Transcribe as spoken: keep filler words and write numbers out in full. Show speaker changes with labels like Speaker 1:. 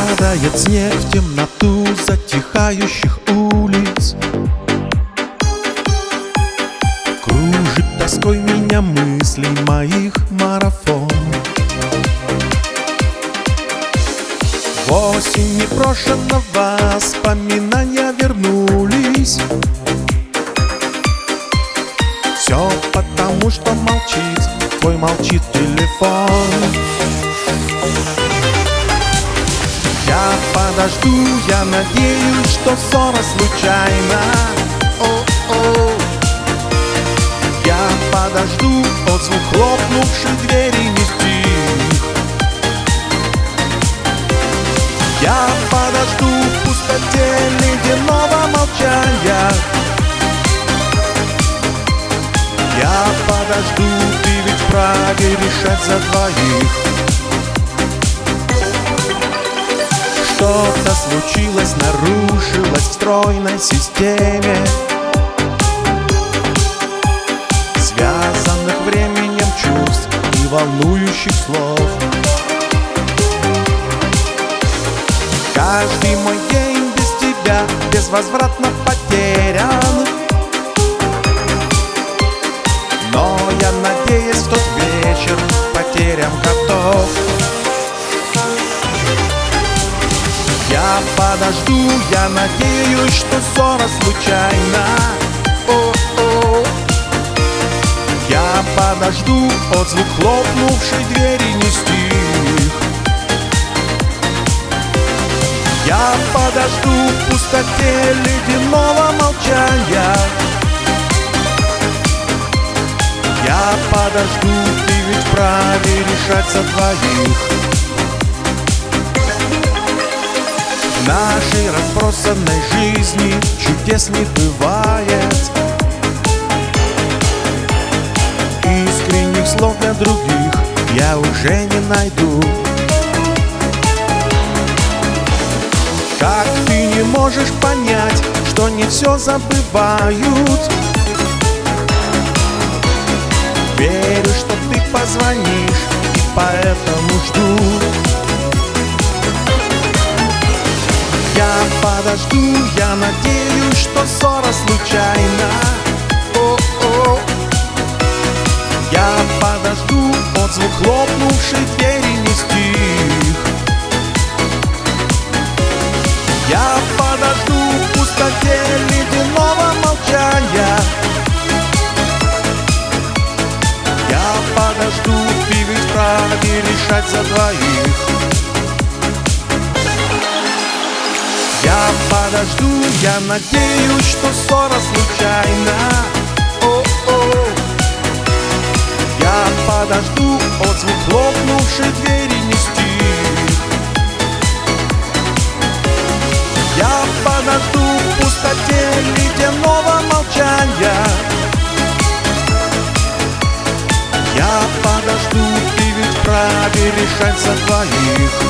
Speaker 1: Падает снег в темноту затихающих улиц, кружит тоской меня мыслей моих марафон. В осень непрошенного воспоминания вернулись. Все потому, что молчит, твой молчит телефон. Я подожду, я надеюсь, что ссора случайна. О-о. Я подожду, отзвук хлопнувшей двери не стих. Я подожду в пустоте ледяного молчания. Я подожду, ты ведь вправе решать за двоих. Что-то случилось, нарушилось в стройной системе, связанных временем чувств и волнующих слов. Каждый мой день без тебя безвозвратно потерян. Но я надеюсь, в тот вечер к потерям готов. Я подожду, я надеюсь, что ссора случайна. О-о. Я подожду, отзвук хлопнувшей двери не стих. Я подожду в пустоте ледяного молчания. Я подожду, ты ведь вправе решать за двоих. В нашей разбросанной жизни чудес не бывает, искренних слов для других я уже не найду. Как ты не можешь понять, что не все забывают? Верю, что ты позвонишь, и поэтому жду. Я подожду, я надеюсь, что ссора случайна. О-о. Я подожду, отзвук хлопнувшей двери не стих. Я подожду в пустоте ледяного молчания. Я подожду, ты ведь вправе решать за двоих. Я подожду, я надеюсь, что ссора случайна. О-о. Я подожду, отзвук хлопнувшей двери не стих. Я подожду в пустоте ледяного молчания. Я подожду, ты ведь вправе решать за двоих.